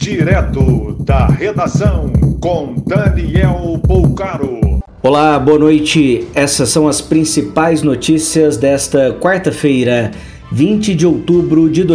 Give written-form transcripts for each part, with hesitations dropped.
Direto da redação com Daniel Poucaro. Olá, boa noite. Essas são as principais notícias desta quarta-feira, 20 de outubro de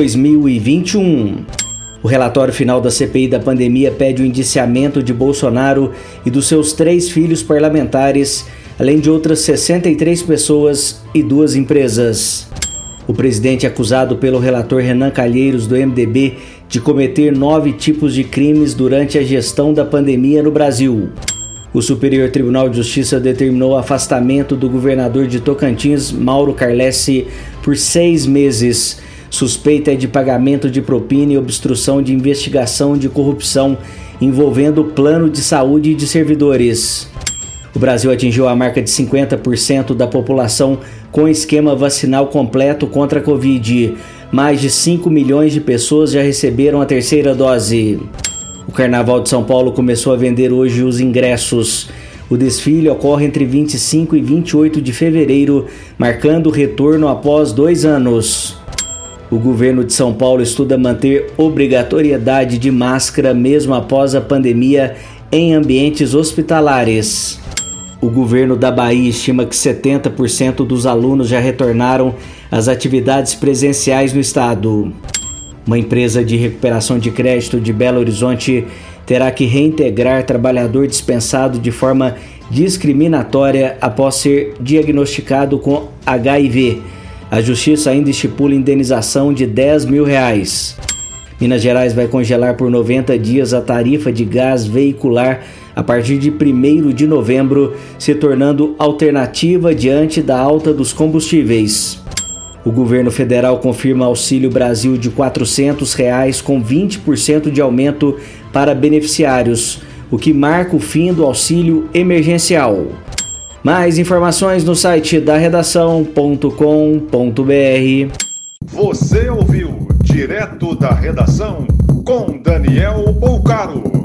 2021. O relatório final da CPI da pandemia pede o indiciamento de Bolsonaro e dos seus 3 filhos parlamentares, além de outras 63 pessoas e 2 empresas. O presidente é acusado pelo relator Renan Calheiros, do MDB, de cometer 9 tipos de crimes durante a gestão da pandemia no Brasil. O Superior Tribunal de Justiça determinou o afastamento do governador de Tocantins, Mauro Carlessi, por 6 meses. Suspeita é de pagamento de propina e obstrução de investigação de corrupção envolvendo o plano de saúde de servidores. O Brasil atingiu a marca de 50% da população com esquema vacinal completo contra a Covid. Mais de 5 milhões de pessoas já receberam a 3ª dose. O Carnaval de São Paulo começou a vender hoje os ingressos. O desfile ocorre entre 25 e 28 de fevereiro, marcando o retorno após 2 anos. O governo de São Paulo estuda manter obrigatoriedade de máscara mesmo após a pandemia em ambientes hospitalares. O governo da Bahia estima que 70% dos alunos já retornaram às atividades presenciais no estado. Uma empresa de recuperação de crédito de Belo Horizonte terá que reintegrar trabalhador dispensado de forma discriminatória após ser diagnosticado com HIV. A justiça ainda estipula indenização de R$10 mil. Minas Gerais vai congelar por 90 dias a tarifa de gás veicular a partir de 1º de novembro, se tornando alternativa diante da alta dos combustíveis. O governo federal confirma Auxílio Brasil de R$ 400 com 20% de aumento para beneficiários, o que marca o fim do auxílio emergencial. Mais informações no site da redação.com.br. Você ouviu Direto da Redação com Daniel Poucaro.